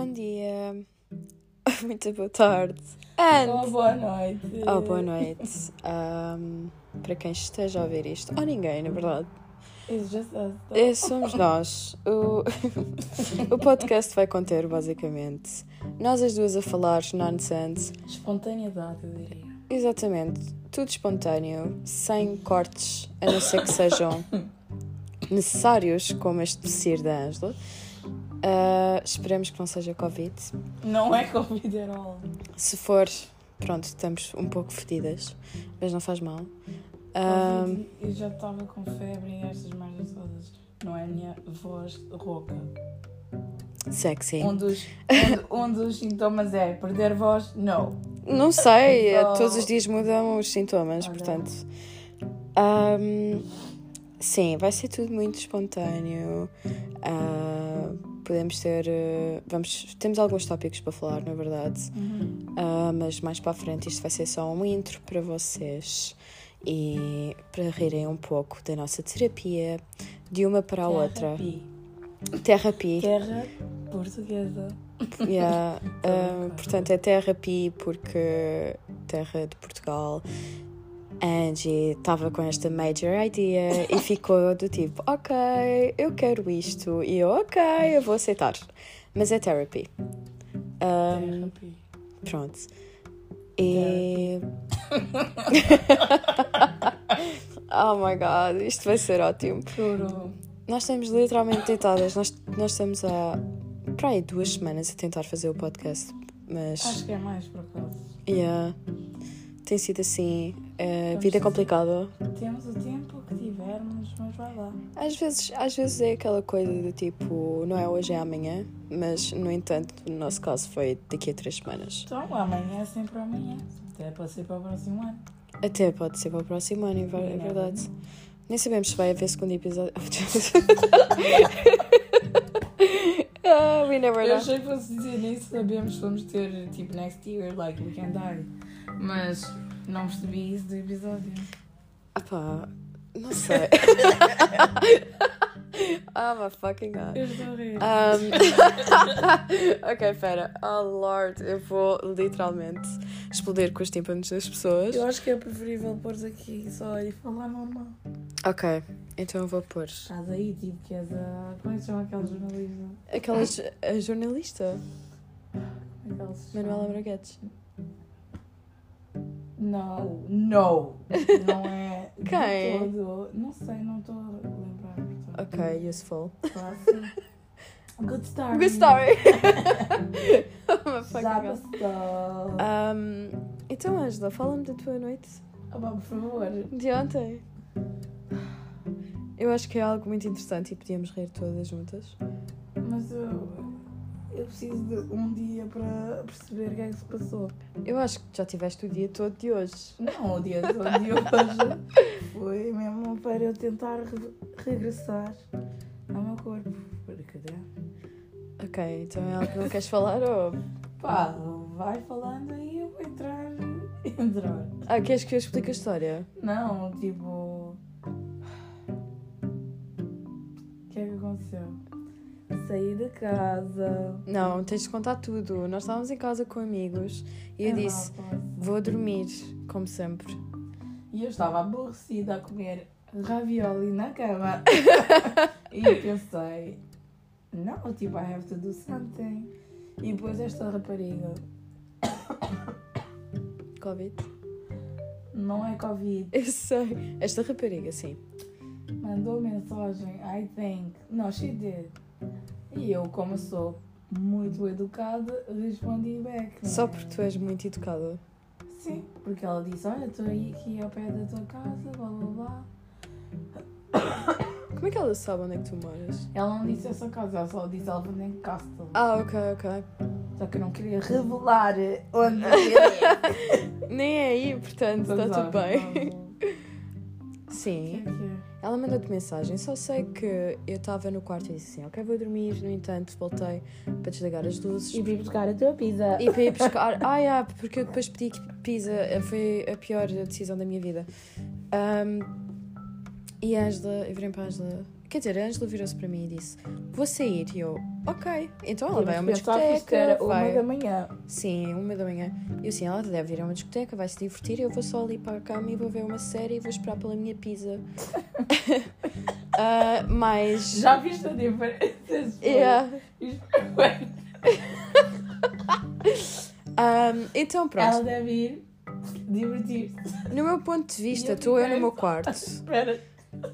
Bom dia, muito boa tarde, boa noite. Boa noite, para quem esteja a ouvir isto, ou ninguém, na verdade. It's just us. Somos nós. O podcast vai conter, basicamente, nós as duas a falar nonsense. Espontaneidade, eu diria. Exatamente, tudo espontâneo, sem cortes, a não ser que sejam necessários, como este tossir da Ângela. Esperemos que não seja Covid. Não é Covid at all. Se for, pronto, estamos um pouco fedidas, mas não faz mal. Covid, eu já estava com febre e estas merdas todas. Não é a minha voz rouca. Sexy. Um dos sintomas é perder voz? Não sei, todos os dias mudam os sintomas, portanto. Sim, vai ser tudo muito espontâneo. Podemos ter... temos alguns tópicos para falar, na verdade. Mas mais para a frente isto vai ser só um intro para vocês. E para rirem um pouco da nossa terapia, de uma para a outra. Terapia. Terra portuguesa. Yeah. Portanto, é Terapia porque terra de Portugal. Angie estava com esta major idea e ficou do tipo, ok, eu quero isto. E eu, ok, eu vou aceitar. Mas é therapy. Therapy. Pronto. E... Oh my god, isto vai ser ótimo. Juro. Nós estamos literalmente deitadas. Nós estamos há, para aí, 2 semanas a tentar fazer o podcast. Mas... Acho que é mais, por acaso. Yeah. Tem sido assim, vida complicada. Temos o tempo que tivermos, mas vai lá. Às vezes é aquela coisa do tipo, não é hoje, é amanhã. Mas, no entanto, no nosso caso foi daqui a 3 semanas. Então, amanhã é sempre amanhã. Até pode ser para o próximo ano. Até pode ser para o próximo ano, é verdade. Nem sabemos se vai haver segundo episódio. We never know. Eu achei que fosse dizer, nem sabemos se vamos ter, tipo, next year, like, we can die. Mas não percebi isso do episódio. Pá, não sei. Oh my fucking god. Eu estou a rir. Ok, espera. Oh Lord, eu vou literalmente explodir com os tímpanos das pessoas. Eu acho que é preferível pôr aqui só e falar normal. Ok, então eu vou pôr. Estás aí, tipo, que és a... Como é que se chama aquela jornalista? A jornalista? Aquela se chama? Manuela Braguetes. Não não é. Quem? Todo. Não sei, não estou a lembrar. Portanto. Ok, useful. Fácil. Good story. Good story. Oh my fucking Já god. passou. Então, Ângela, fala-me da tua noite Por favor. de ontem. Eu acho que é algo muito interessante e podíamos rir todas juntas. Mas eu preciso de um dia para perceber o que é que se passou. Eu acho que já tiveste o dia todo de hoje. Não, o dia todo de hoje foi mesmo para eu tentar regressar ao meu corpo. Cadê? Ok, então é algo que não queres falar ou... Pá, vai falando aí eu vou entrar. Queres que eu explique a história? Não, tipo... O que é que aconteceu? Saí de casa. Não, tens de contar tudo. Nós estávamos em casa com amigos e eu disse, vou dormir, como sempre. E eu estava aborrecida a comer ravioli na cama. E eu pensei, não, tipo, I have to do something. E depois esta rapariga, Covid? não é Covid, Eu sei. Esta rapariga, sim. mandou mensagem, I think. No, she did. E eu, como sou muito educada, respondi back. Só porque tu és muito educada. Sim, porque ela disse, olha, estou aí aqui ao pé da tua casa, blá blá blá. Como é que ela sabe onde é que tu moras? Ela não disse essa casa, ela só disse Alvenden Castle. Ok. Só que eu não queria revelar onde é. Nem é aí, portanto, está tudo bem. Sim. O que é? Ela mandou-te mensagem, só sei que eu estava no quarto e disse assim, ok, vou dormir, no entanto voltei para desligar as luzes. E vim buscar a tua pizza. E para ir buscar... porque eu depois pedi pizza, foi a pior decisão da minha vida. E a Ângela, eu virei para a Ângela, Quer dizer, a Ângela virou-se para mim e disse: vou sair. E eu, ok. Então ela Temos vai a que uma pensar que isto discoteca. era Vai. 1h. Sim, 1h. E eu, sim, ela deve ir a uma discoteca, vai se divertir. E eu vou só ali para a cama e vou ver uma série e vou esperar pela minha pizza. Mas. Já viste a diferença? Yeah. Então pronto. Ela deve ir divertir-se. No meu ponto de vista, E eu estou eu no fiquei meu só- quarto. Espera.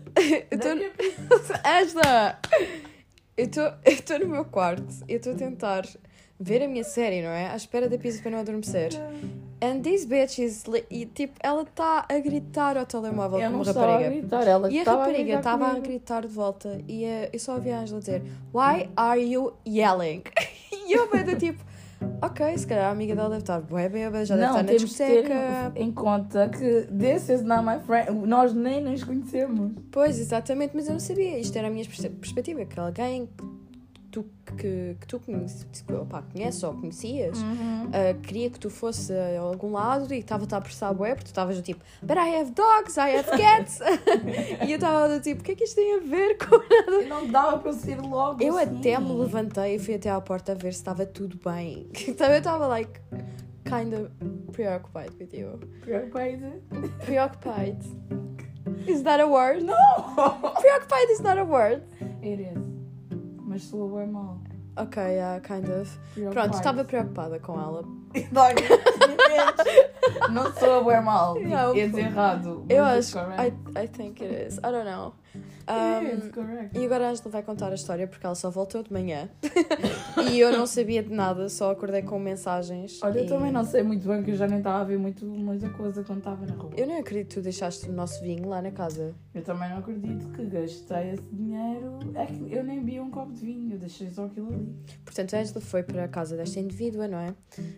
Esta! Eu estou no meu quarto. Eu estou a tentar ver a minha série, não é? À espera da pizza para não adormecer. And this bitch is... E tipo, ela está a gritar ao telemóvel Eu como não estava a rapariga. gritar, ela E a estava rapariga gritar estava a comigo. gritar de volta. E eu só ouvia a Ângela dizer: Why are you yelling? E eu veio tipo: Ok, se calhar a amiga dela deve estar bué bêbada, já deve Não, estar na temos que ter discoteca. em conta que this is not my friend. Nós nem nos conhecemos. Pois, exatamente, mas eu não sabia. Isto era a minha perspectiva, que alguém que tu conheces ou conhecias queria que tu fosse a algum lado e estava-te a apressar bué, porque tu estavas do tipo: But I have dogs, I have cats. E eu estava do tipo: o que é que isto tem a ver com nada? E não dava para eu sair logo. Eu assim. até me levantei e fui até à porta a ver se estava tudo bem. Então eu estava like kind of preoccupied with you. Preoccupied. Is that a word? No! Preoccupied is not a word. It is. Mas soa bem mal. Ok, yeah, kind of. Pronto, estava preocupada com ela. Não soa bem mal. Yeah, É errado. Eu mas acho. it's correct. I think it is. I don't know. It is correct. E agora a Ângela vai contar a história porque ela só voltou de manhã. E eu não sabia de nada, só acordei com mensagens. Olha, eu e... também não sei muito bem, porque eu já nem estava a ver muita coisa quando estava na rua. Eu nem acredito que tu deixaste o nosso vinho lá na casa. Eu também não acredito que gastei esse dinheiro. É que eu nem vi um copo de vinho, eu deixei só aquilo ali. Portanto, a Ângela foi para a casa desta indivídua, não é?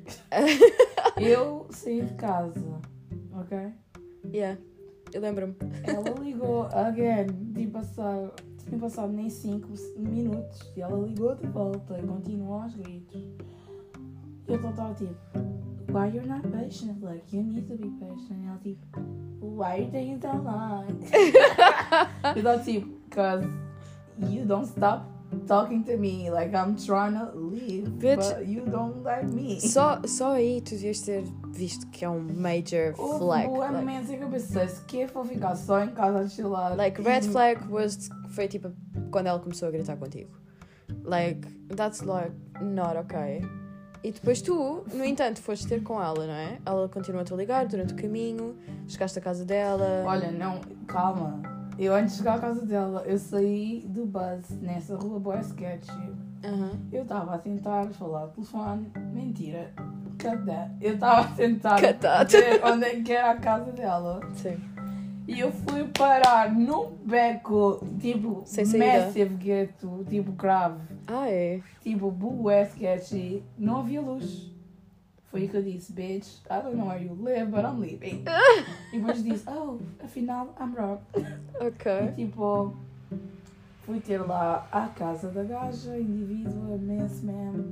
Eu saí de casa, ok? Yeah, eu lembro-me. Ela ligou again, tinha passado nem 5 minutos e ela ligou de volta e continuou aos gritos. Eu só estava tipo, why you're not patient? Like, you need to be patient. E ela tipo, why you taking so long? Eu estava tipo, cause you don't stop talking to me, like I'm trying to leave, Bitch. but you don't let me. Só aí tu devias ter visto que é um major Houve flag. boa momentos em que eu pensei, se que for ficar só em casa a chilar. Like, red flag foi tipo quando ela começou a gritar contigo. Like, that's like not okay. E depois tu, no entanto, foste ter com ela, não é? Ela continuou-te a ligar durante o caminho, chegaste à casa dela. Olha, não, calma. Eu antes de chegar à casa dela, eu saí do bus nessa rua boa sketchy. Eu estava a tentar falar no telefone. Mentira. Cut that. Eu estava a tentar Cut that. ver onde é que era a casa dela. Sim. E eu fui parar num beco, tipo, Sem saída. massive gueto, tipo, grave. Ah, é? Tipo, bué sketchy. Não havia luz. Foi aí que eu disse, bitch, I don't know where you live, but I'm leaving. E depois disse, oh, afinal, I'm wrong. Ok. E tipo, fui ter lá à casa da gaja, indivídua, miss, ma'am.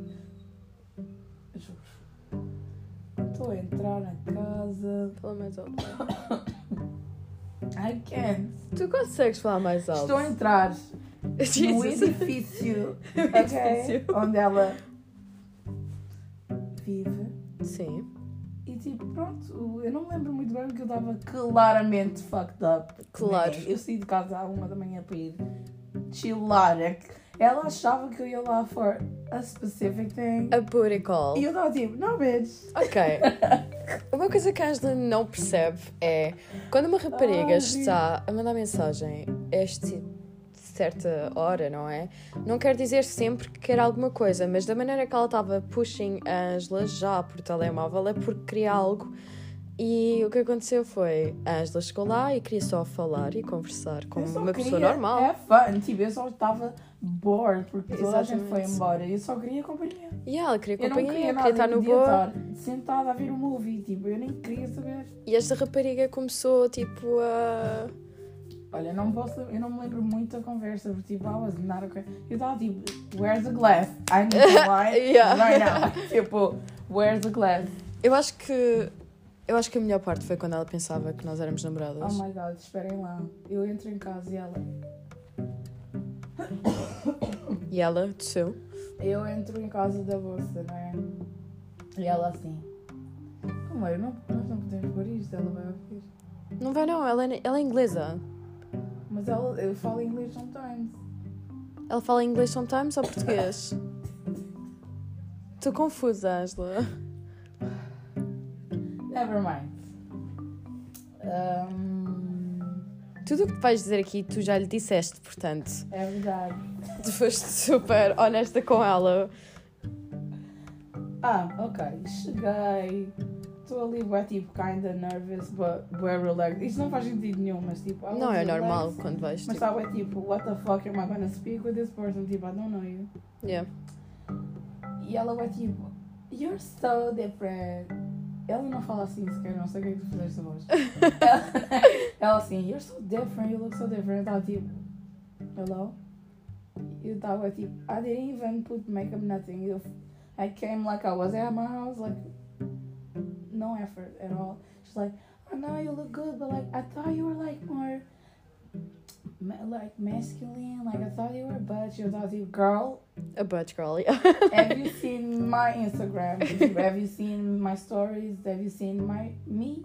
Juro. Estou a entrar na casa. Fala mais alto. I can't. Tu consegues falar mais alto? Estou a entrar no Jesus. edifício, ok? Onde ela vive. Sim. E tipo, pronto, eu não me lembro muito bem porque eu estava claramente fucked up. Claro. Eu saí de casa à 1 da manhã para ir chillar. É que ela achava que eu ia lá for a specific thing. A booty call. E eu estava tipo, não, bitch. Ok. Uma coisa que a Ângela não percebe é quando uma rapariga está a mandar mensagem a esta certa hora, não é? Não quer dizer sempre que quer alguma coisa, mas da maneira que ela estava pushing a Ângela já por telemóvel é porque queria algo. E o que aconteceu foi, a Ângela chegou lá e queria só falar e conversar como Eu só uma pessoa queria normal. have fun. Tipo, eu só estava bored porque toda a gente foi Exatamente. embora. Eu só queria companhia. E ela queria Eu não companhia, queria queria nada. estar Eu no podia boa. estar sentada a ver um movie. Tipo, eu nem queria saber. E esta rapariga começou tipo a... Olha, eu não me lembro muito da conversa, porque tipo, I was not okay. Eu estava tipo, where's the glass? I need the wine Yeah. right now. Tipo, where's the glass? Eu acho que a melhor parte foi quando ela pensava que nós éramos namoradas. Oh my god, esperem lá. Eu entro em casa e ela, E ela desceu. Eu entro em casa da moça, não é? E ela assim, amor, nós não podemos pôr isto, ela vai ouvir. Não vai não, ela é inglesa. Mas eu falo inglês sometimes. Ela fala inglês sometimes ou português? Estou confusa, Angela. Never mind. Tudo o que vais dizer aqui, tu já lhe disseste, portanto. É verdade. Tu foste super honesta com ela. Ok. Cheguei. Estou ali, bué, tipo, kinda nervous, but bué relaxed. Isto não faz sentido nenhum, mas tipo... I Não was é normal relaxed. quando vais, Mas tipo... estava tipo, what the fuck am I gonna speak with this person? Tipo, I don't know you. Yeah. E ela vai tipo, you're so different. Ela não fala assim sequer, não sei o que é que tu fizeste a voz. ela assim, you're so different, you look so different. Eu estava tipo, hello? Eu estava tipo, I didn't even put makeup, nothing. I came like I was at my house, like, no effort at all. She's like, I know you look good, but like, I thought you were like more, like masculine, like I thought you were a butch. Eu estava tipo, girl. A butch girl, yeah. Have you seen my Instagram? Have you seen my stories? Have you seen me?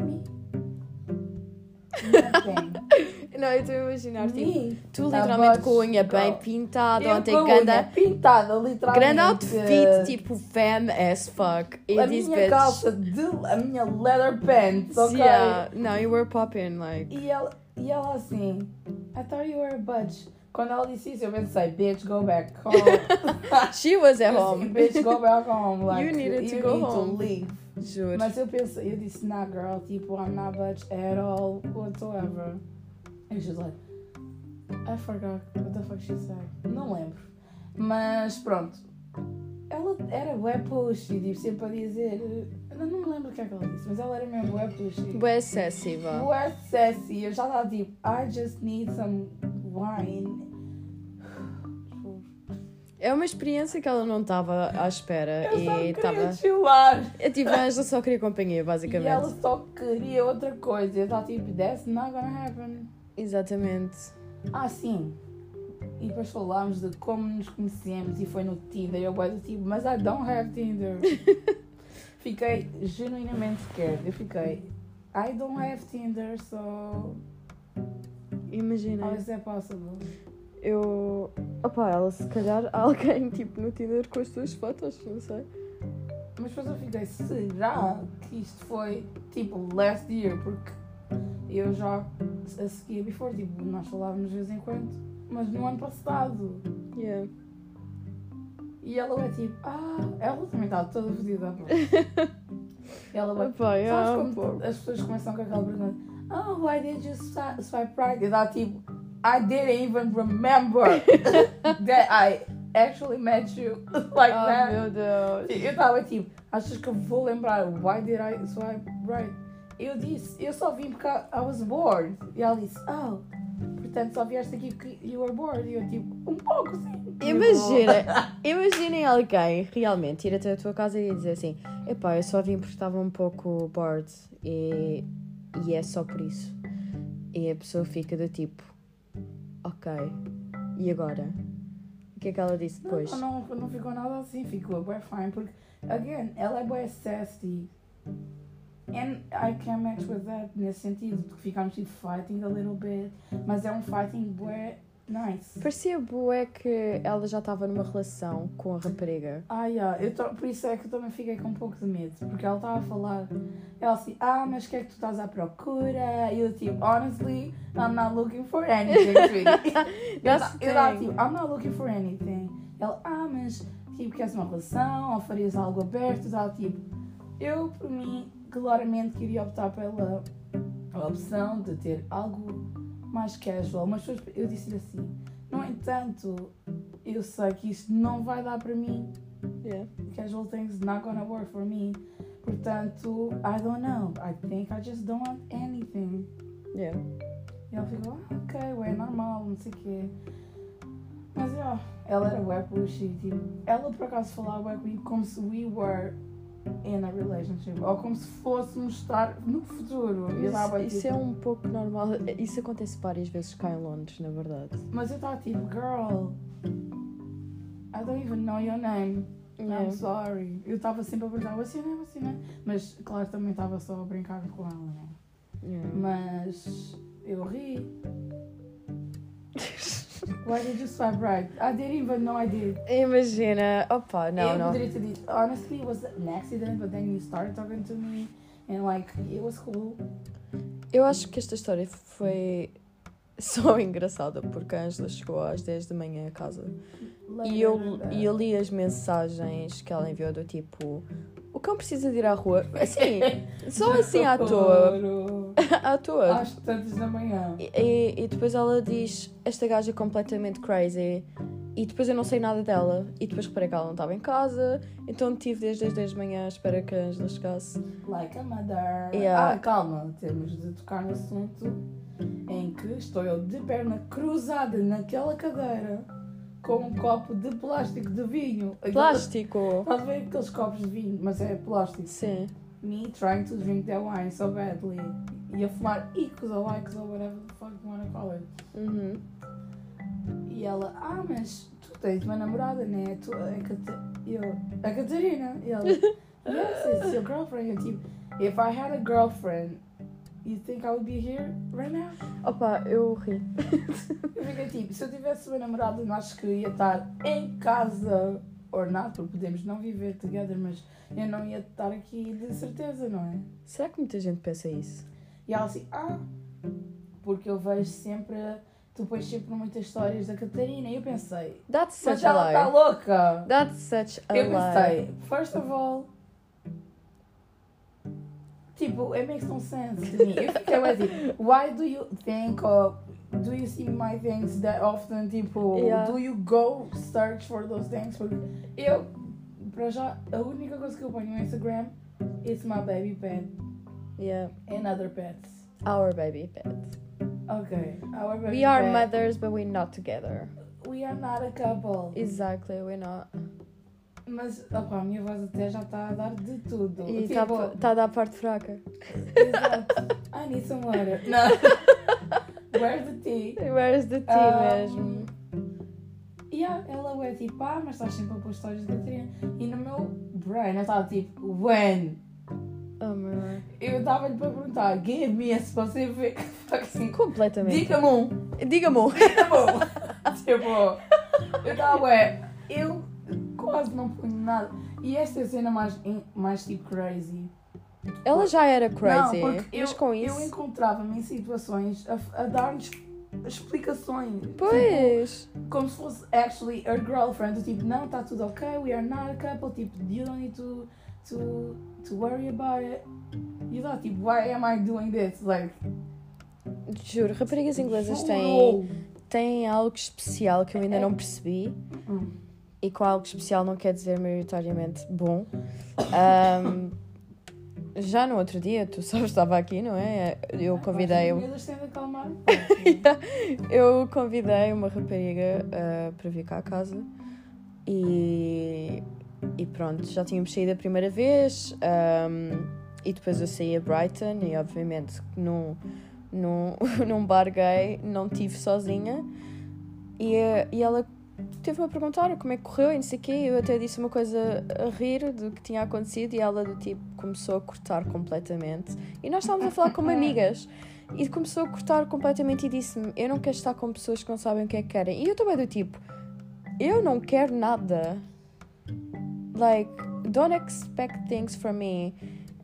Nothing. Não, eu estou a imaginar, tipo, Me. tu literalmente com a unha bem pintada, ontem grande... pintada, literalmente. Grande outfit, tipo, femme as fuck. E A this minha bitch... calça, a minha leather pants, ok? Yeah, no, you were popping, like... E ela assim, I thought you were a butch. Quando ela disse isso, eu pensei, bitch, go back home. She was at Eu home. assim, bitch, go back home. Like, You needed to go home. To leave. Juro. Mas eu disse, nah, girl, tipo, I'm not butch at all, whatsoever. And she's like, I forgot what the fuck she said. Não lembro. Mas pronto. Ela era web pushy, tipo, sempre a dizer. Eu não me lembro o que é que ela disse, mas ela era mesmo web pushy. Bué excessiva. Bué sassy. Eu já estava tipo, I just need some wine. É uma experiência que ela não estava à espera. Eu só e queria estava. chilar. Eu tive a Angela só queria companhia, E basicamente. ela só queria outra coisa. Eu estava tipo, that's not gonna happen. Exatamente. Sim. E depois falámos de como nos conhecemos e foi no Tinder. Eu do tipo, mas I don't have Tinder. Fiquei genuinamente scared. Eu fiquei, I don't have Tinder, so Imagina. how is that possible? Opa, ela se calhar alguém tipo no Tinder com as tuas fotos, não sei. Mas depois eu fiquei, será que isto foi tipo last year? Porque eu já a seguir before, tipo, nós falávamos de vez em quando, mas no ano passado. Yeah. E ela vai tipo, ela também está toda fodida. Ela vai, Opa, sabes como as pessoas começam com aquela pergunta, why did you swipe right? E dá tipo, I didn't even remember that I actually met you like that. Meu Deus. Eu estava tipo, achas que eu vou lembrar why did I swipe right? Eu disse, eu só vim porque I was bored. E ela disse, portanto só vieste aqui porque you were bored. E eu tipo, um pouco sim. Imaginem alguém realmente ir até a tua casa e dizer assim, epá, eu só vim porque estava um pouco bored e é só por isso. E a pessoa fica do tipo, ok, e agora? O que é que ela disse depois? Não ficou nada assim, ficou bem fine, porque, again, ela é bem sassy. And I can match with that, nesse sentido, porque ficámos tipo fighting a little bit, mas é um fighting bem nice. Parecia bué que ela já estava numa relação com a rapariga. Por isso é que eu também fiquei com um pouco de medo, porque ela estava a falar, ela assim, mas o que é que tu estás à procura? E eu tipo, honestly, I'm not looking for anything, sweetie. Eu tava tipo, I'm not looking for anything. Ela, mas tipo, queres uma relação ou farias algo aberto? Eu tava tipo, eu por mim, claramente queria optar pela opção de ter algo mais casual, mas eu disse-lhe assim, no entanto, eu sei que isto não vai dar para mim. Yeah. Casual things not gonna work for me. Portanto, I don't know. I think I just don't want anything. Yeah. E ela ficou, ok, é normal, não sei o quê. Mas, ela era web pushy, tipo, ela por acaso falava comigo como se we were in a relationship. Ou como se fôssemos estar no futuro. E eu estava Isso tipo, é um pouco normal. Isso acontece várias vezes cá em Londres, na verdade. mas eu estava tipo, girl, I don't even know your name. Yeah. I'm sorry. Eu estava sempre a perguntar, what's your name? Mas, claro, também estava só a brincar com ela, né? Yeah. Mas eu ri. Why did you swipe right? I didn't even know I did. Imagina, opa, eu não. poderia ter dito, honestly, it was an accident, but then you started talking to me and like, it was cool. Eu acho que esta história foi só engraçada porque a Ângela chegou às 10 da manhã a casa e eu li as mensagens que ela enviou do tipo: o cão precisa de ir à rua. Assim, só assim à toa. À toa. Às tantas da manhã. E depois ela diz: esta gaja é completamente crazy. E depois eu não sei nada dela. E depois reparei que ela não estava em casa. Então tive desde as 10 da manhã à espera que a Ângela chegasse. Like a mother. Yeah. Calma, temos de tocar no assunto em que estou eu de perna cruzada naquela cadeira com um copo de plástico de vinho. Plástico! Estás a ver aqueles copos de vinho, mas é plástico. Sim. Me trying to drink that wine so badly. E a fumar icos ou likes ou whatever the fuck you wanna call it. Uhum. E ela, mas tu tens uma namorada, né? Tu, a Catarina. E ela, yes, it's your girlfriend. Eu tipo, if I had a girlfriend, you think I would be here right now? Opa, eu ri. Eu fiquei tipo, se eu tivesse uma namorada, não acho que ia estar em casa, or not, porque podemos não viver together, mas eu não ia estar aqui de certeza, não é? Será que muita gente pensa isso? E ela assim, porque eu vejo sempre, tu pões sempre muitas histórias da Catarina. E eu pensei, That's mas such a ela está lie. louca. That's such a Eu lie. pensei, first of all, tipo, it makes no sense to me. Eu fiquei tipo, why do you think of, do you see my things that often, tipo, Yeah. do you go search for those things? Porque eu, para já, a única coisa que eu ponho no Instagram is my baby pet Yeah. and other pets. Our baby pet. Okay, our baby We are pet. mothers, but we're not together. We are not a couple. Exactly, we're not. Mas, opa, a minha voz até já está a dar de tudo. E Tipo, está a dar parte fraca. exato. I need some water. Não. Where's the tea? Where's the tea mesmo? Yeah, ela é tipo, mas estás sempre a pôr histórias de Catarina. E no meu brain eu estava tipo, when? Oh, meu. Eu estava-lhe para perguntar, give me a specific fucking... Completamente. Diga-me um. Diga-me. Tipo, eu estava, eu quase não ponho nada. E esta é a cena mais tipo crazy. Ela já era crazy, Não, porque mas com eu isso... encontrava-me em situações a dar-lhes explicações. Pois. Tipo, como se fosse actually her girlfriend. Do tipo, não, está tudo ok, we are not a couple. Tipo, you don't need to worry about it. E eu tipo, why am I doing this? Like, Juro, raparigas inglesas juro. têm algo especial que eu ainda não percebi. E com algo especial não quer dizer maioritariamente bom. Já no outro dia, tu sabes, estava aqui, não é? Eu convidei uma rapariga para vir cá à casa e pronto, já tínhamos saído a primeira vez e depois eu saí a Brighton e obviamente num bar gay não estive sozinha e ela teve-me a perguntar como é que correu e não sei o quê. Eu até disse uma coisa a rir do que tinha acontecido e ela do tipo começou a cortar completamente. E nós estávamos a falar como amigas e começou a cortar completamente e disse-me: eu não quero estar com pessoas que não sabem o que é que querem. E eu também do tipo, eu não quero nada. Like, don't expect things from me.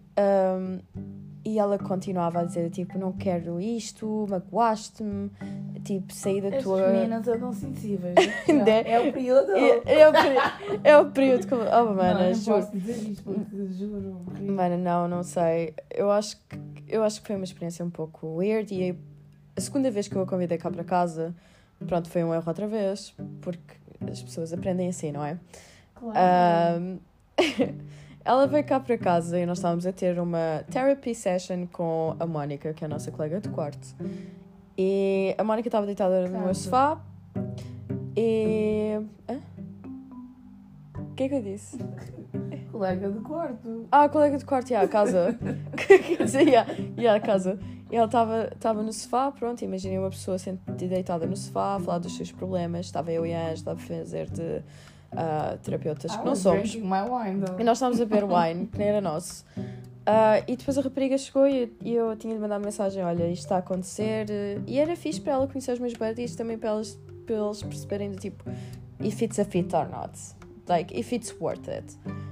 E ela continuava a dizer tipo, não quero isto, magoaste-me, tipo, saí da tua... As meninas andam sensíveis. É o período. É o período que... Oh, mana, não juro. posso dizer isto porque juro. Mana, não sei. Eu acho que foi uma experiência um pouco weird e a segunda vez que eu a convidei cá para casa, pronto, foi um erro outra vez, porque as pessoas aprendem assim, não é? Claro. Ela veio cá para casa e nós estávamos a ter uma therapy session com a Mónica, que é a nossa colega de quarto. E a Mónica estava deitada no meu sofá e... Hã? O que é que eu disse? Colega de quarto. Colega de quarto, a casa. Quer dizer, a casa. E ela estava no sofá, pronto, imaginei uma pessoa deitada no sofá, a falar dos seus problemas. Estava eu e a Ângela a fazer de terapeutas, que não somos. My wine, E nós estávamos a beber wine, que nem era nosso. E depois a rapariga chegou e eu tinha-lhe mandado mensagem, olha, isto está a acontecer. E era fixe para ela conhecer os meus buddies, também para eles perceberem do tipo, if it's a fit or not. Like, if it's worth it.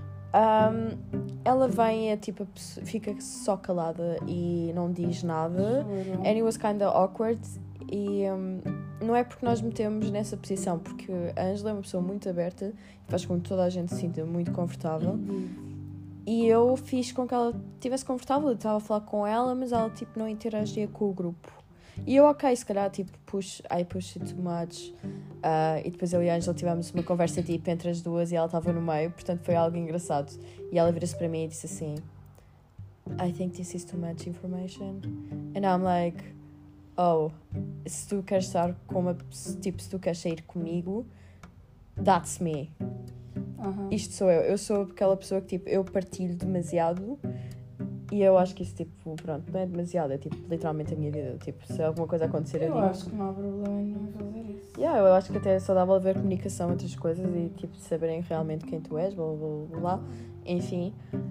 Ela vem e tipo, fica só calada e não diz nada. And it was kind of awkward. E não é porque nós metemos nessa posição, porque a Ângela é uma pessoa muito aberta e faz com que toda a gente se sinta muito confortável. E eu fiz com que ela estivesse confortável. Eu estava a falar com ela, mas ela tipo não interagia com o grupo. E eu, se calhar, tipo, I push it too much. E depois eu e a Ângela tivemos uma conversa tipo entre as duas e ela estava no meio, portanto foi algo engraçado. E ela vira-se para mim e disse assim, I think this is too much information. And I'm like, oh, se tu queres estar com uma... Tipo, se tu queres sair comigo, that's me. Isto sou eu. Eu sou aquela pessoa que, tipo, eu partilho demasiado. E eu acho que isso, tipo, pronto, não é demasiado, é tipo, literalmente a minha vida. Tipo, se alguma coisa acontecer, eu digo. Eu acho que não há problema nenhum em fazer isso. Eu acho que até é saudável haver comunicação entre as coisas e, tipo, saberem realmente quem tu és, blá, blá, blá, blá. Enfim.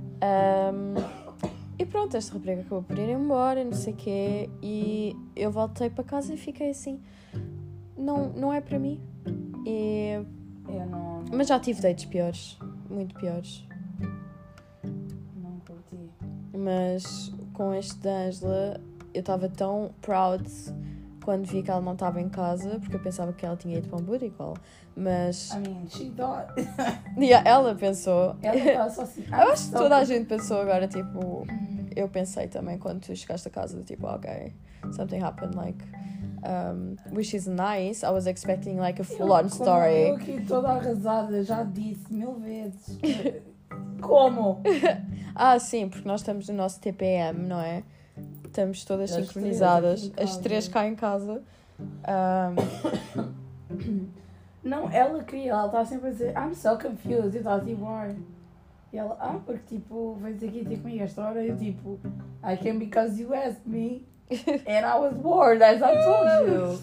E pronto, esta rapariga acabou por ir embora, não sei o quê. E eu voltei para casa e fiquei assim, não é para mim. E... Eu não... Mas já tive dates piores, muito piores. Mas com este da Ângela, eu estava tão proud quando vi que ela não estava em casa, porque eu pensava que ela tinha ido para um booty call. Mas... I mean, she thought... ela pensou... Ela estava só assim... Eu acho que toda a gente pensou agora, tipo... Eu pensei também quando tu chegaste a casa, tipo, ok, something happened, like... which is nice. I was expecting, like, a full-on story. Eu aqui toda arrasada, já disse 1000 vezes. Como? Sim, porque nós estamos no nosso TPM, não é? Estamos todas sincronizadas. As três cá em casa. Não, ela estava sempre a dizer I'm so confused. Eu estava tipo, why? E ela, porque tipo, vens aqui ter comigo esta hora. Eu tipo, I came because you asked me. And I was bored, as I told you.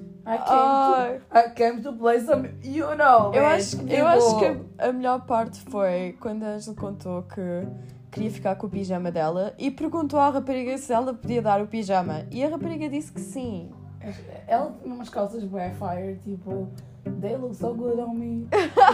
I came to play some, you know. Eu acho que a melhor parte foi quando a Ângela contou que queria ficar com o pijama dela e perguntou à rapariga se ela podia dar o pijama. E a rapariga disse que sim. Ela tinha umas calças bué fire, tipo, they look so good on me.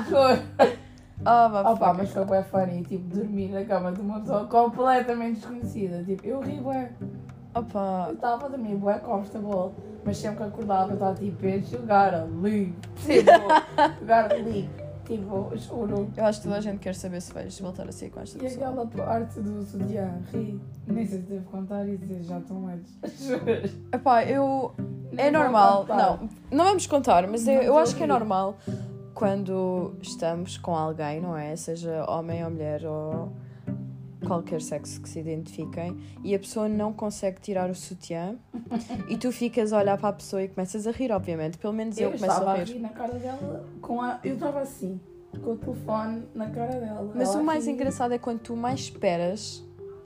Mas foi bué funny, tipo, dormir na cama de uma pessoa completamente desconhecida. Tipo, eu ri bué. Eu estava a dormir bué comfortable, mas sempre que acordava eu estava tipo, bitch, you gotta leave. Tipo, you gotta leave. Tipo, juro. Eu acho que toda a gente quer saber se vais voltar a sair com esta pessoa. E aquela parte do sutiã, ri. Nem sei se devo contar isso, já estão antes. Juro. É normal. Não vamos contar, mas eu acho que é normal quando estamos com alguém, não é? Seja homem ou mulher ou qualquer sexo que se identifiquem e a pessoa não consegue tirar o sutiã e tu ficas a olhar para a pessoa e começas a rir, obviamente. Pelo menos eu começo a rir. Eu estava a rir na cara dela, eu estava assim, com o telefone na cara dela. Mas o mais engraçado é quando tu mais esperas,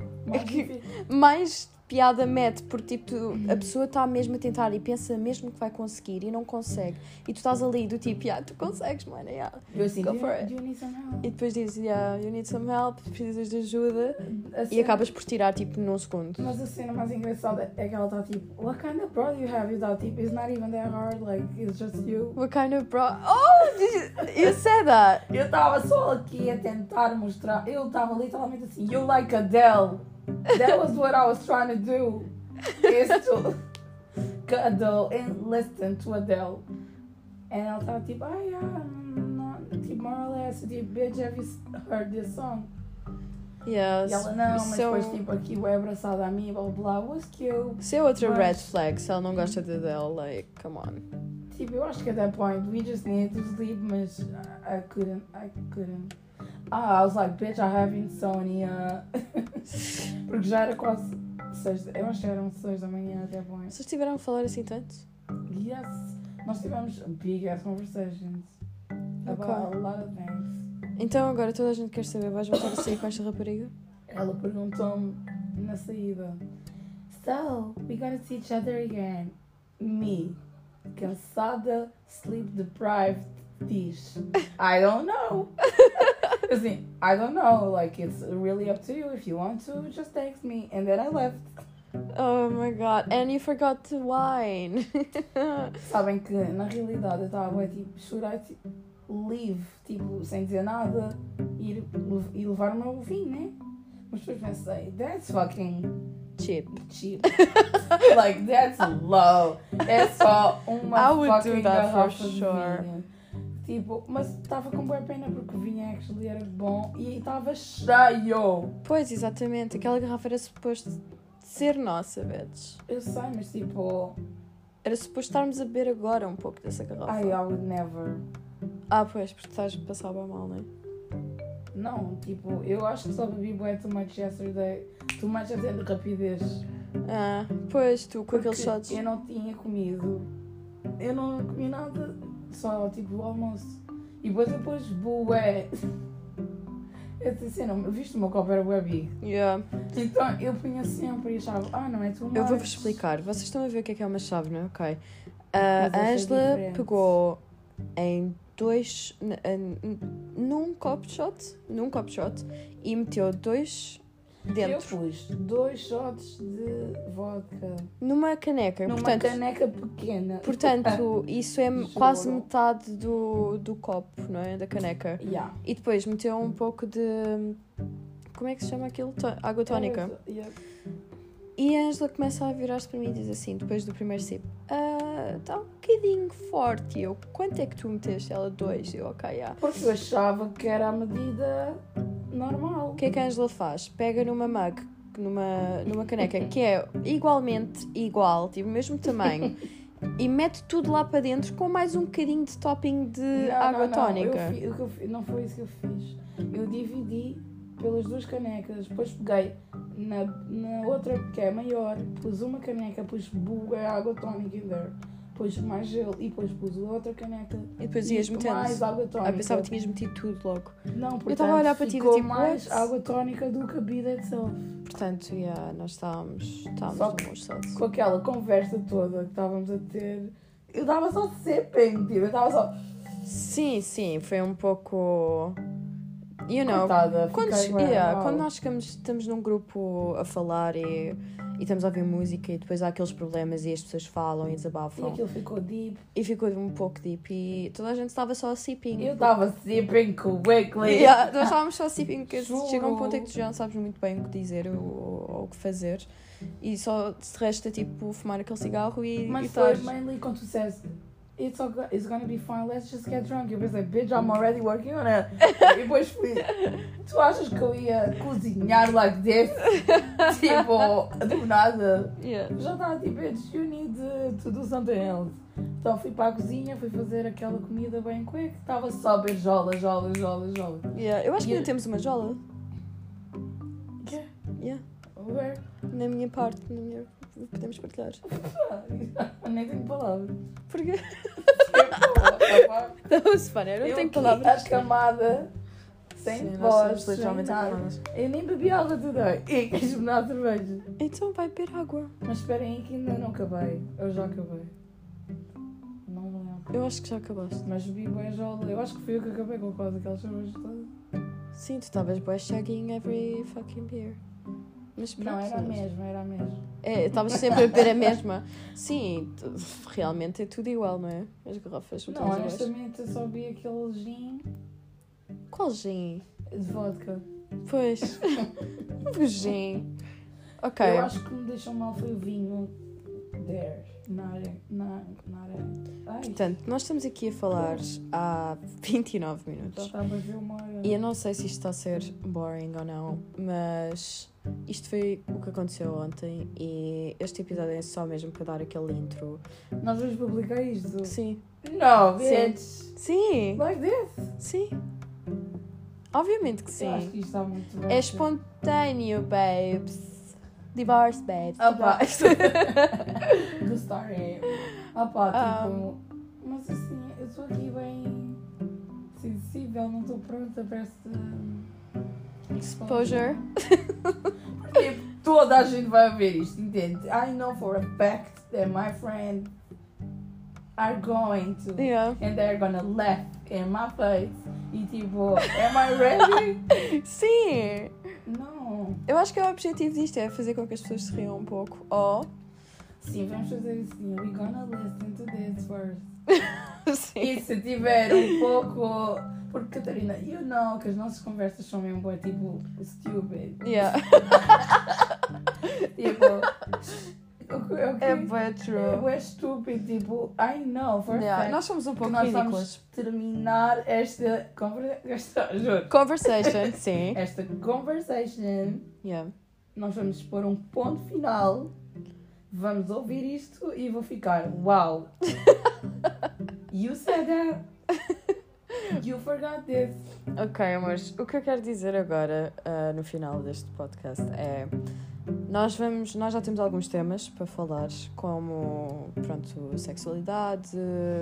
mais piada mete, porque tipo, a pessoa está mesmo a tentar e pensa mesmo que vai conseguir e não consegue. E tu estás ali do tipo, tu consegues, mano, Eu assim, go for it. Do you need some help? E depois dizes, you need some help, precisas de ajuda. E acabas por tirar tipo num segundo. Mas a cena mais engraçada é que ela está tipo, what kind of bra do you have? E está tipo, it's not even that hard, like, it's just you. What kind of bra? Oh, you said that. Eu estava só aqui a tentar mostrar, eu estava literalmente assim, you like Adele. That was what I was trying to do, is to cuddle and listen to Adele. And ela estava tipo, tipo, more or less, tipo, bitch, have you heard this song? Yes. E ela, não, mas depois, tipo, aqui, o abraçada a mim, blá, blá, was cute. Se é outra red flag, se ela não gosta de Adele, like, come on. Tipo, eu acho que at that point, we just needed to sleep, mas I couldn't. I was like, bitch, I have insomnia. Porque já era quase 6, eu acho que eram 6 da manhã até point. Vocês tiveram a falar assim tanto? Yes. Nós tivemos big ass conversations about a lot of things. Então agora toda a gente quer saber, vais voltar a sair com esta rapariga? Ela perguntou-me na saída: So, we're gonna see each other again. Me, cansada, sleep deprived, diz: I don't know. Assim, I don't know. Like, it's really up to you. If you want to, just text me. And then I left. Oh my god, and you forgot to whine. Sabem que na realidade eu estava tipo chorar, tipo, leave, tipo, sem dizer nada, e levar o meu vinho, né? Mas depois pensei, that's fucking Cheap. Like, that's low. É só uma I would fucking do that for garrafa de sure. vinho. Tipo, mas estava com boa pena porque o vinho actually era bom e estava cheio. Pois, exatamente. Aquela garrafa era suposto ser nossa, bitch. Eu sei, mas tipo, Era suposto estarmos a beber agora um pouco dessa garrafa. I would never. Ah, pois, porque estás a passar bem mal, não é? Não, tipo, eu acho que só bebi bué too much yesterday. Too much até de rapidez. Ah, pois, tu com aqueles Porque shots. eu não tinha comido. Eu não comi nada, só tipo o almoço. E depois bué. Eu disse assim, não, viste o meu copo era bué big. Yeah. Então eu punha sempre e achava, não é too much. Eu vou-vos explicar. Vocês estão a ver o que é uma chave, não é? Ok. Mas A achei Angela diferente. pegou em num copo de shot e meteu 2 Eu dentro. pus 2 shots de vodka Numa caneca. numa Portanto, caneca pequena. portanto, isso é Juro. quase metade do copo, não é? Da caneca. Yeah. E depois meteu um pouco de... Como é que se chama aquilo? Água tónica. Yeah. E a Angela começa a virar-se para mim e diz assim, depois do primeiro sip: está um bocadinho forte. E eu, quanto é que tu meteste? Ela, 2. Eu, ok, yeah. Porque eu achava que era a medida normal. O que é que a Angela faz? Pega numa mug, numa caneca, que é igualmente igual, tipo, o mesmo tamanho, e mete tudo lá para dentro com mais um bocadinho de topping de água tónica. Não foi isso que eu fiz. Eu dividi pelas 2 canecas, depois peguei na outra que é maior, pus uma caneca, pus água tónica in there, pus mais gelo e depois pus outra caneca E depois ias metendo. mais água tónica. Pensava que tinhas metido tudo logo. Não, portanto, estava a olhar para ti, ficou tipo, mais what? água tónica do que a bebida itself. Portanto, yeah, nós estávamos Só que nos shots. com aquela conversa toda que estávamos a ter, eu estava só sipping, tipo, eu estava só... Sim, foi um pouco... You know, Coitada, fiquei bué mal. quando nós estamos num grupo a falar e estamos a ouvir música e depois há aqueles problemas e as pessoas falam e E desabafam aquilo ficou deep. e ficou um pouco deep e toda a gente estava só a sipping. Eu estava sipping quickly. Yeah, nós estávamos só a sipping porque Juro. chega um ponto em que tu já não sabes muito bem o que dizer ou o que fazer e só te resta tipo fumar aquele cigarro e Mas estar... foi mainly quando tu disseste it's gonna be fine, let's just get drunk. Eu pensei, bitch, I'm already working on it. E depois fui, tu achas que eu ia cozinhar like this? Tipo, do nada. Yeah. Já está tipo, bitch, you need to do something else. Então fui para a cozinha, fui fazer aquela comida bem quick. Estava só a beber jola. Yeah. Eu acho que ainda Yeah. temos uma jola. Quê? Yeah. Where? Na minha parte, podemos partilhar. Nem tenho palavras. Porquê? Tipo, That was funny. Eu não tenho aqui, palavras. a camada, sem Sim, nós voz, somos sem literalmente nada. acamadas. Eu nem bebi água today. E quis me dar cerveja. Então vai beber água. Mas esperem aí que ainda não acabei. Eu já acabei. Não me lembro. Eu acho que já acabaste. Mas bebi bem jola. Eu acho que fui eu que acabei com quase aquelas cervejas todas. Sim, tu estavas bué chugging every fucking beer. Mas Não, pronto, era a mesma. estavas sempre a beber a mesma. Sim, realmente é tudo igual, não é? As garrafas são Não, todas iguais. honestamente eu só vi aquele gin Qual gin? de vodka. Pois. O gin. Ok. Eu acho que me deixou mal foi o vinho there. Na areia. Ai, Portanto, nós estamos aqui a falar há 29 já minutos. estava a ver uma hora. E eu não sei se isto está a ser boring ou não, mas isto foi o que aconteceu ontem e este episódio é só mesmo para dar aquele intro. Nós vamos publicar isto. Sim. No, Sim. bitch. Sim. Like this. Sim. Obviamente que Eu acho sim. que isto está muito bem. É espontâneo, babes. Divorce, babes. Opa. Divorce. Do story. Opa, tipo... Mas assim, eu estou aqui bem... sincera. possível, não estou pronta para esse Exposure. Tipo, toda a gente vai ver isto, entende? I know for a fact that my friends are going to. Yeah. And they're gonna laugh in my face. E tipo, am I ready? Sim! Não. Eu acho que o objetivo disto é fazer com que as pessoas se riam um pouco. Ou... Sim, vamos fazer assim. We're gonna listen to this first. Sim. E se tiver um pouco... Porque, Catarina, you know que as nossas conversas são mesmo bué, tipo, stupid. Yeah. Tipo... É bué true. É bué estúpido, tipo, I know for a Yeah. fact Nós somos um que pouco nós ridículas. vamos terminar esta juro, Conversation, sim. esta conversation. Yeah. Nós vamos pôr um ponto final, vamos ouvir isto e vou ficar, wow, you said that, you forgot this. Ok, amores, o que eu quero dizer agora, no final deste podcast, é... Nós já temos alguns temas para falar, como, pronto, sexualidade,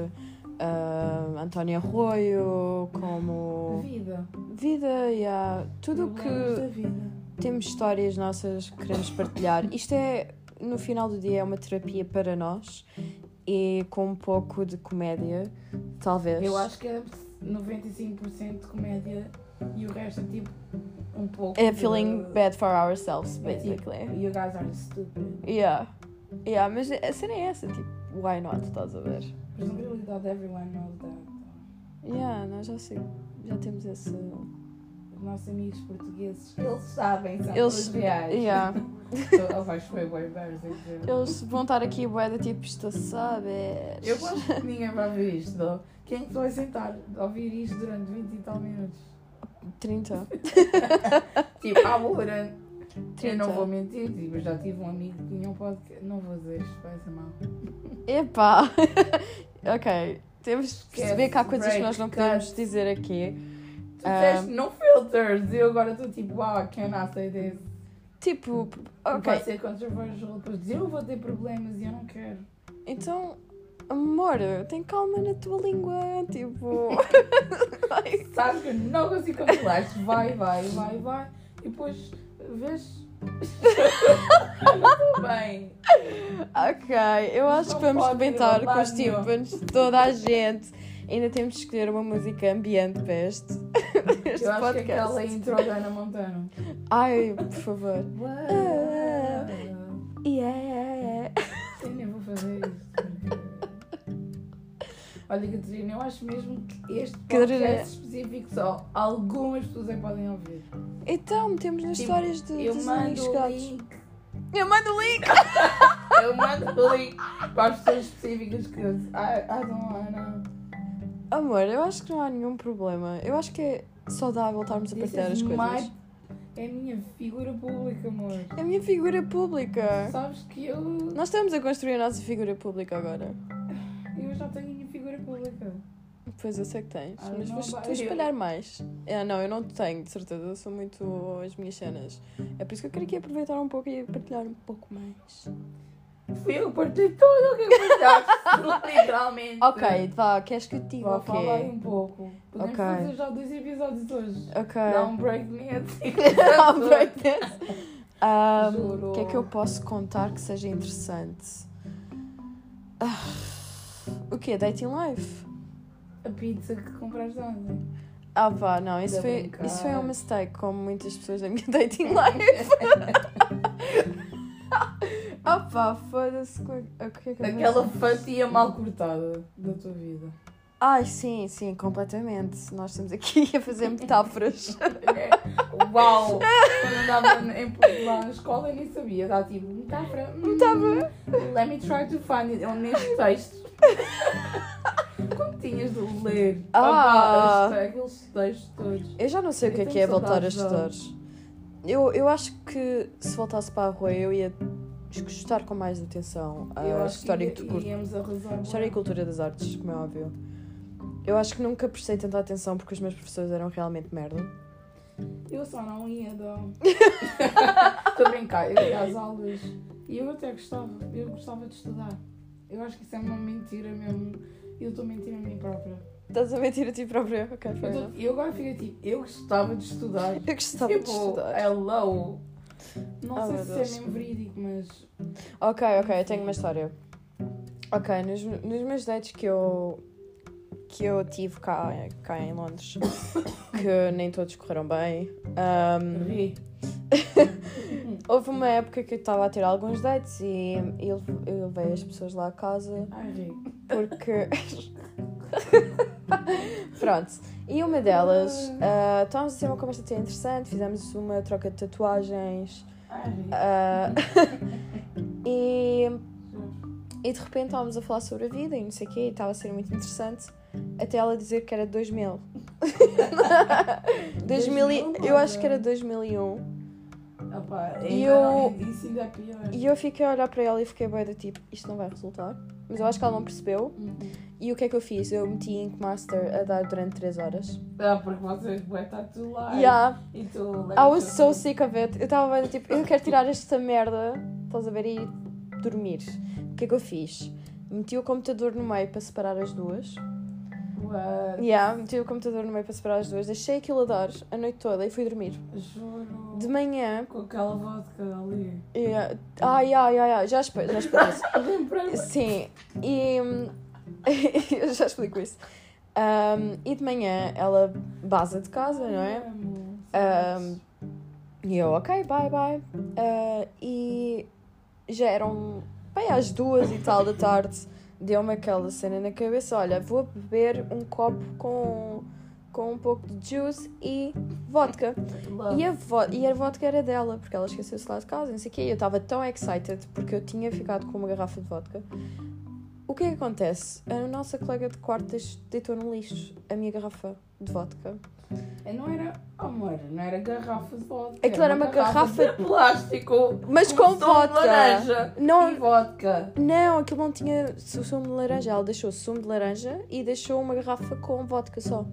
António Arroio, como... Vida, yeah. Tudo o Problemas da que... vida. Temos histórias nossas que queremos partilhar. Isto é, no final do dia, é uma terapia para nós e com um pouco de comédia, talvez. Eu acho que é 95% de comédia e o resto é tipo um pouco. É feeling bad for ourselves, é tipo, basically. you guys are stupid. Yeah, mas a cena é essa, tipo, why not, estás a ver? Mas na realidade, everyone knows that. Yeah, nós já temos esse... Os nossos amigos portugueses, eles sabem, são Eles, os reais. yeah. Então, vai foi bem embarrassing. Eles vão estar aqui, bué, da tipo, isto sabes? Eu acho que ninguém vai ver isto, não. Quem é que vai sentar a ouvir isto durante 20 e tal minutos? 30. Tipo, à hora. Eu 30. não vou mentir, tipo, eu já tive um amigo que tinha um podcast. Não vou dizer isto, vai ser mal. Epá! Ok, temos de perceber que há coisas que break, nós não podemos cut. dizer aqui. Tu disseste no filters e eu agora estou tipo, wow, cannot say this. Tipo, Vai ok, ser controversial. Depois dizer eu vou ter problemas e eu não quero. então, amor, tem calma na tua língua, tipo... Like, Sabes que eu não consigo controlar. Vai. E depois vês. Não estou bem. ok, eu acho que vamos pode ir rebentar a com os lado nenhum. tímpanos de toda a gente. Ainda temos de escolher uma música ambiente para este Eu acho que aquela podcast. intro da Ana Montana. Ai, por favor. Eu Yeah. nem vou fazer isso. Olha, Catarina, eu acho mesmo que este Catarina. podcast específico só algumas pessoas é que podem ouvir. Então, metemos nas Tipo, histórias dos Eu amigos mando o gatos. link. Eu mando o link! Eu mando o link para as pessoas específicas que I don't know. Amor, eu acho que não há nenhum problema. Eu acho que é saudável estarmos a This partilhar is as coisas. É a minha figura pública, amor. É a minha figura pública. Sabes que eu Nós estamos a construir a nossa figura pública agora. já tenho a minha figura pública. Pois eu sei que tens, Ah, mas não vais vai- tu espalhar mais. Não, eu não tenho, de certeza. Eu sou muito as minhas cenas. É por isso que eu quero aqui aproveitar um pouco e partilhar um pouco mais. Fui eu que partilhei tudo o que partilhaste, literalmente. Ok, vá, queres que eu te diga Vá, o quê? fala aí um pouco. Podemos Ok. fazer já 2 episódios hoje. Ok. Dá um break nisso. Dá um break dance. Juro. O que é que eu posso contar que seja interessante? O quê? Dating life? A pizza que compraste ontem. Ah pá, não, isso Ainda foi bem, um mistake, como muitas pessoas da minha dating life. Ah pá, foda-se. O que é que eu vou Aquela dizer? fatia mal cortada da tua vida. Ai, sim, completamente. Nós estamos aqui a fazer metáforas. Uau! Quando andava em Portugal na escola eu nem sabia. Dá tipo, metáfora. Let me try to find it. Eu neste texto. Como tinhas de ler? Aqueles textos todos. Eu já não sei o que Eu tenho é voltar a saudades estudar. Eu acho que se voltasse para a rua eu ia escutar com mais atenção Eu a acho história que íamos arrasar. História e cultura das artes, como é óbvio. Eu acho que nunca prestei tanta atenção porque os meus professores eram realmente merda. Eu só não ia, Estou a brincar, eu ia às aulas e eu até gostava. Eu gostava de estudar. Eu acho que isso é uma mentira mesmo. Eu estou mentindo a mim própria. Estás a mentir a ti própria? Ok, fair enough. Eu agora fiquei tipo, eu gostava de estudar. Eu gostava de estudar. Hello. Não Oh, sei meu se Deus. é mesmo verídico, mas... Ok, eu tenho uma história. Ok, nos meus dates que eu tive cá em Londres, que nem todos correram bem, Ri. houve uma época que eu estava a ter alguns dates e eu levei as pessoas lá a casa Ai, ri. porque... Pronto. E uma delas, estávamos a ter uma conversa até interessante, fizemos uma troca de tatuagens Ai, ri. e de repente estávamos a falar sobre a vida e não sei o quê, e estava a ser muito interessante, até ela dizer que era 2000. 2000 eu acho que era 2001. Opa, E isso ainda é pior. E eu fiquei a olhar para ela e fiquei bué do tipo, isto não vai resultar. Mas eu acho que ela não percebeu. E o que é que eu fiz? Eu meti Ink Master a dar durante 3 horas. Porque vocês bué tá tu lá. Yeah. E tu... I was so sick of it. Eu estava bué do tipo, eu quero tirar esta merda, estás a ver, e dormir. O que é que eu fiz? Meti o computador no meio para separar as duas. What? Yeah, meti o computador no meio para separar as duas. Deixei aquilo a dar a noite toda e fui dormir. Juro. De manhã... Com aquela vodka ali. Yeah. Já explico isso. Lembrei-me. Sim, e eu já explico isso. E de manhã ela baza de casa, não é? E eu, ok, bye. E já eram bem às 2 e tal da tarde, deu-me aquela cena na cabeça, olha, vou beber um copo com um pouco de juice e vodka. E a vodka era dela, porque ela esqueceu-se lá de casa, não sei o quê. Eu estava tão excited, porque eu tinha ficado com uma garrafa de vodka. O que é que acontece? A nossa colega de quarto deitou no lixo a minha garrafa de vodka. Não era, amor, não era garrafa de vodka. Aquilo era uma garrafa de plástico. Mas com sumo de vodka. laranja Não, e vodka. não, aquilo não tinha sumo de laranja. Ela deixou sumo de laranja e deixou uma garrafa com vodka só.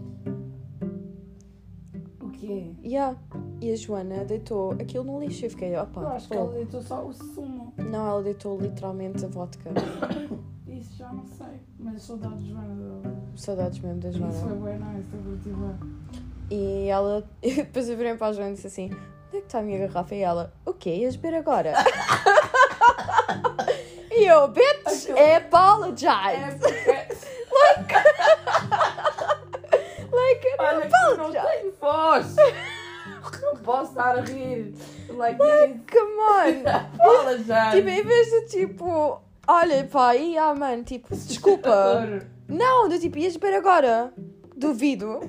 O quê? Yeah. E a Joana deitou aquilo no lixo. Eu fiquei, opa. Eu acho que ela deitou só o sumo. Não, ela deitou literalmente a vodka. Isso já não sei. Mas saudades de Joana. Saudades mesmo da Isso foi Joana. bem nice, eu curti bem. E ela, depois eu virei para a Joana e disse assim, onde é que está a minha garrafa? E ela, o quê? Ias beber agora? E eu, bitch, apologize. Like, Olha, que eu não tenho voz. Não posso estar a rir. Like this. come on. Apologize. Tipo, em vez de tipo, olha pá, mano, tipo, desculpa. Não, do tipo, ias beber agora? Duvido.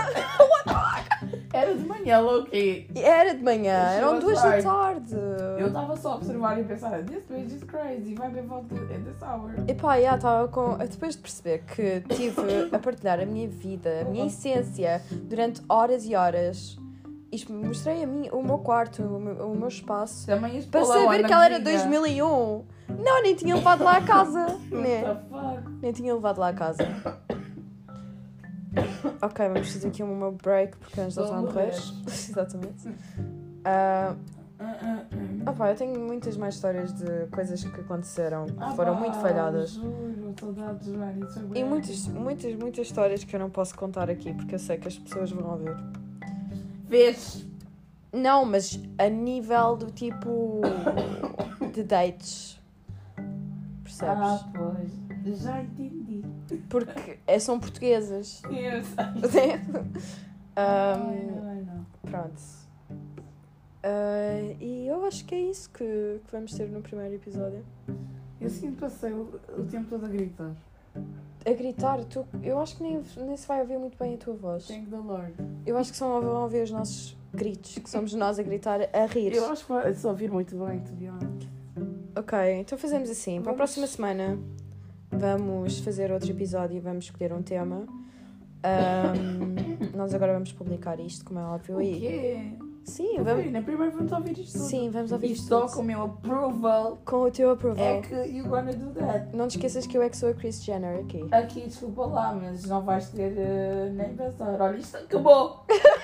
Era de manhã, Loki. Era de manhã, eram 2 da tarde. Eu estava só a observar e a pensar, this bitch is crazy, vai beber vodka at this hour. Epá, estava com... Depois de perceber que estive a partilhar a minha vida, a minha essência, durante horas e horas, mostrei o meu quarto, o meu espaço, Também para saber que ela era 2001. Não, nem tinha levado lá a casa. Nem tinha levado lá a casa. Ok, vamos fazer aqui um meu break, porque antes de ela morrer. Exatamente. Eu tenho muitas mais histórias de coisas que aconteceram, que foram muito falhadas. Juro, saudades, Joana, isso é E bem. muitas histórias que eu não posso contar aqui, porque eu sei que as pessoas vão ouvir. Vês? Não, mas a nível do tipo de dates. Percebes? Pois. Já entendi. Porque são portuguesas. Eu sei. Não. Pronto. E eu acho que é isso que vamos ter no primeiro episódio. Eu sinto que passei o tempo todo a gritar. A gritar, eu acho que nem se vai ouvir muito bem a tua voz. Thank the Lord. Eu acho que só vão ouvir os nossos gritos, que somos nós a gritar, a rir. Eu acho que vai só ouvir muito bem, to be honest. Ok, então fazemos assim. Para a próxima semana vamos fazer outro episódio e vamos escolher um tema. Nós agora vamos publicar isto, como é óbvio. O quê? Sim, vamos. Primeiro vamos ouvir isto tudo. Sim, vamos ouvir E isto só tudo. com o meu approval Com o teu approval. é que you gonna do that. Não te esqueças que eu é que sou a Kris Jenner aqui. Aqui, desculpa lá, mas não vais ter nem pensar. Olha, isto acabou!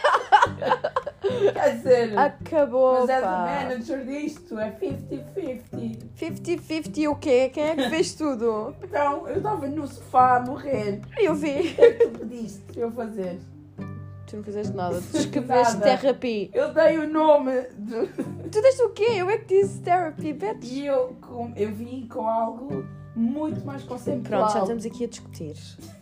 Quer dizer, Acabou, mas és o pá. manager disto, é 50-50. 50-50 o quê? Quem é que fez tudo? Então, eu estava no sofá a morrer. Eu vi. Eu te pedi pediste para eu fazer? Tu não fizeste nada. Tu escreveste Nada. therapy. Eu dei o nome de... Tu deste o quê? Eu é que disse therapy, bitch. E eu vim com algo muito mais conceptual. Pronto, já estamos aqui a discutir.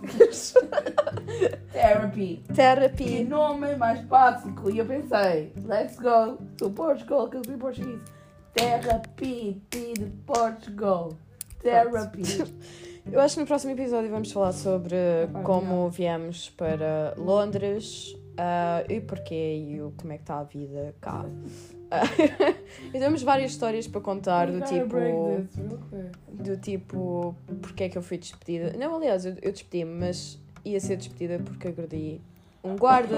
Therapy. Que Therapy. nome mais básico. E eu pensei, let's go to Portugal, que eu sou português. Therapy de Portugal. Therapy. Eu acho que no próximo episódio vamos falar sobre como viemos para Londres e porquê e como é que está a vida cá. E temos várias histórias para contar do tipo porque é que eu fui despedida. Não, aliás, eu despedi-me, mas ia ser despedida porque agredi um guarda.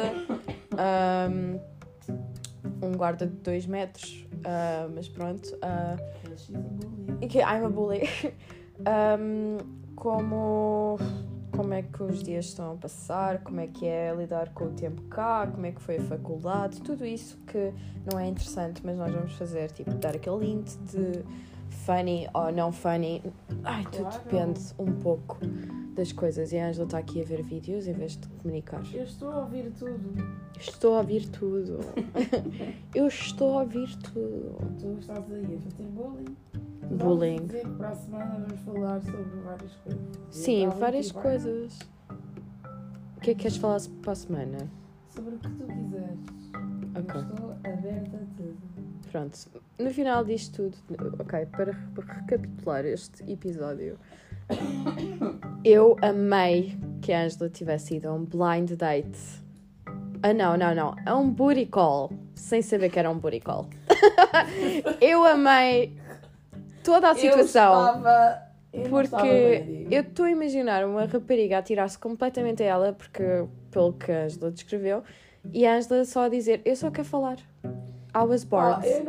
Um guarda de 2 metros. Mas pronto. I'm a bully. Como é que os dias estão a passar, como é que é lidar com o tempo cá, como é que foi a faculdade, tudo isso que não é interessante, mas nós vamos fazer, tipo, dar aquele hint de funny ou não funny. Tudo depende um pouco das coisas. E a Ângela está aqui a ver vídeos em vez de comunicar. Eu estou a ouvir tudo. Estou a ouvir tudo. Eu estou a ouvir tudo. Tu estás aí a fazer bullying. Bullying. Vamos dizer que para a semana vamos falar sobre várias coisas. Sim, várias coisas. O que é que queres falar para a semana? Sobre o que tu quiseres. Ok. Eu estou aberta a tudo. Pronto, no final disto tudo, ok, para recapitular este episódio, eu amei que a Ângela tivesse ido a um blind date. Não, a um booty call, sem saber que era um booty call. Eu amei toda a situação. Porque eu estou a imaginar uma rapariga a tirar-se completamente a ela, porque pelo que a Ângela descreveu, e a Ângela só a dizer, eu só quero falar. I was bored. Eu não...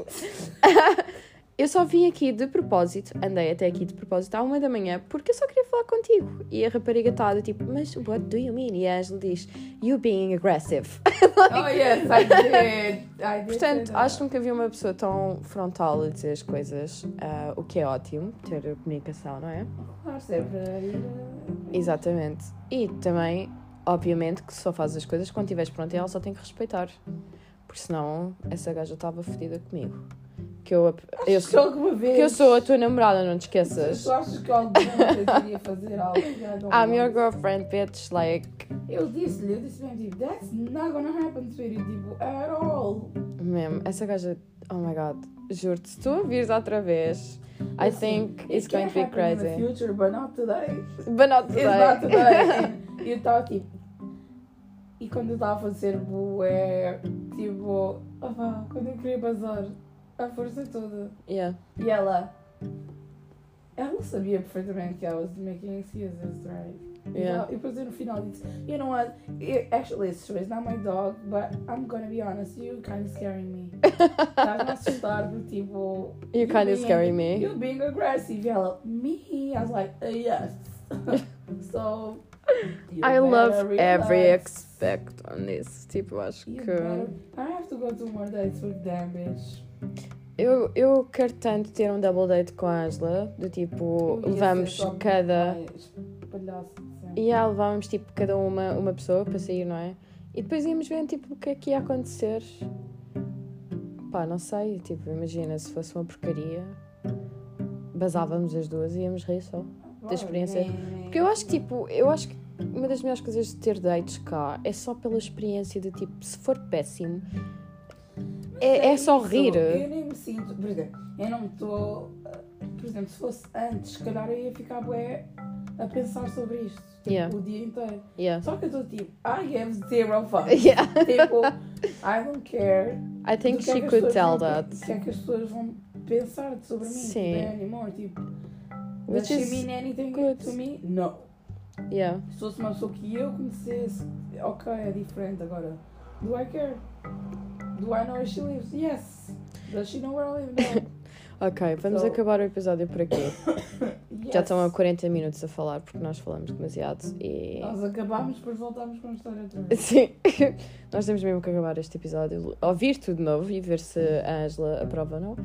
Eu só vim aqui de propósito, andei até aqui de propósito à 1 da manhã, porque eu só queria falar contigo. E a rapariga está tipo, mas what do you mean? E a Ângela diz, you being aggressive. Oh yes, I did. Portanto, acho que nunca vi uma pessoa tão frontal a dizer as coisas, o que é ótimo, ter a comunicação, não é? Sempre. Exatamente. E também, obviamente, que só faz as coisas quando estiveres pronta e ela só tem que respeitar. Porque senão, essa gaja estava fodida comigo. Que eu sou a tua namorada, não te esqueças. Tu achas que alguma vez iria fazer algo? I'm your girlfriend, bitch, like... Eu disse mesmo, tipo, that's not gonna happen, sweetie, tipo, at all. Mesmo, essa gaja, oh my god, juro-te, se tu a vires outra vez, I think it's going to be crazy. In the future, but not today. But not today. It's not today. E eu estava tipo... E quando eu estava a fazer bué, tipo... quando eu queria bazar, a força toda. Yeah. E ela sabia perfeitamente que I was making excuses, right? Yeah. E depois no final disse, you know what, actually it's true, it's not my dog, but I'm gonna be honest, you're kind of scaring me. Estás-me a assustar porque tipo... You're kind of scaring me. You're being aggressive. E ela, me? I was like, yes. So... I love every aspect on this. Tipo, acho que... I have to go to more dates with them, bitch. Eu quero tanto ter um double date com a Ângela, do tipo, levamos cada... levávamos tipo cada uma pessoa para sair, não é? E depois íamos ver tipo o que é que ia acontecer. Pá, não sei, tipo, imagina se fosse uma porcaria, basávamos as duas e íamos rir só da experiência. Porque eu acho que uma das melhores coisas de ter dates cá é só pela experiência de tipo, se for péssimo, é só rir. Eu nem me sinto, por exemplo, eu não me estou, por exemplo, se fosse antes, se calhar eu ia ficar bué a pensar sobre isto o dia inteiro. Só que eu estou tipo, I have zero fun. Tipo, I don't care. I think she could tell that. O que é que as pessoas vão pensar sobre mim? Sim. Tipo, anymore, tipo, Which does she is mean anything good to me? No. Se fosse uma pessoa que eu conhecesse, ok, é diferente agora. Do I care? Do I know where she lives? Yes. Does she know where I live? No. Ok, vamos acabar o episódio por aqui. Yes. Já estão a 40 minutos a falar porque nós falamos demasiado e... Nós acabámos, depois voltámos com a história outra vez. Sim, nós temos mesmo que acabar este episódio, ouvir tudo de novo e ver se a Ângela aprova ou não.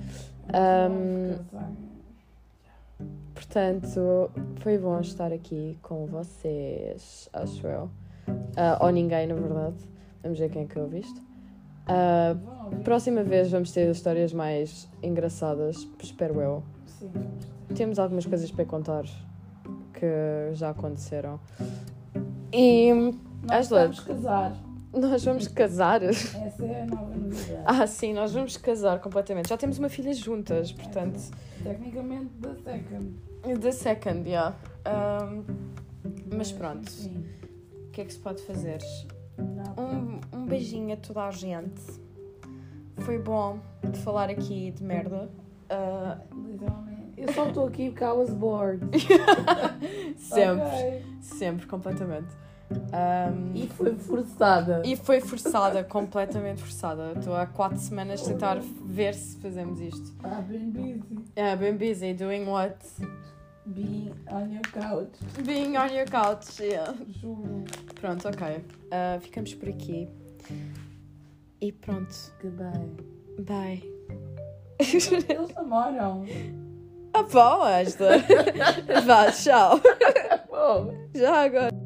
Portanto, foi bom estar aqui com vocês, acho eu. Ou ninguém, na verdade. Vamos ver quem é que ouve isto. Vão ouvir. Próxima vez vamos ter histórias mais engraçadas, espero eu. Sim. Temos algumas coisas para contar que já aconteceram. E, Nós vamos casar. nós vamos casar. Essa é a nova novidade. Sim, nós vamos casar completamente. Já temos uma filha juntas, portanto... Tecnicamente, the second. The second, yeah. Mas pronto, Sim. o que é que se pode fazer? Nada. Um beijinho a toda a gente. Foi bom de falar aqui de merda. Literalmente. Eu só estou aqui porque I was bored. Sempre, Ok. sempre, completamente. E foi forçada. E foi forçada, completamente forçada. Estou há 4 semanas a tentar ver se fazemos isto. I've been busy. Been busy doing what? Being on your couch. Being on your couch, yeah. Juro. Pronto, ok. Ficamos por aqui. E pronto. Goodbye. Bye. Eles namoram. Bom, esta. Vá, tchau. Bom. Já agora.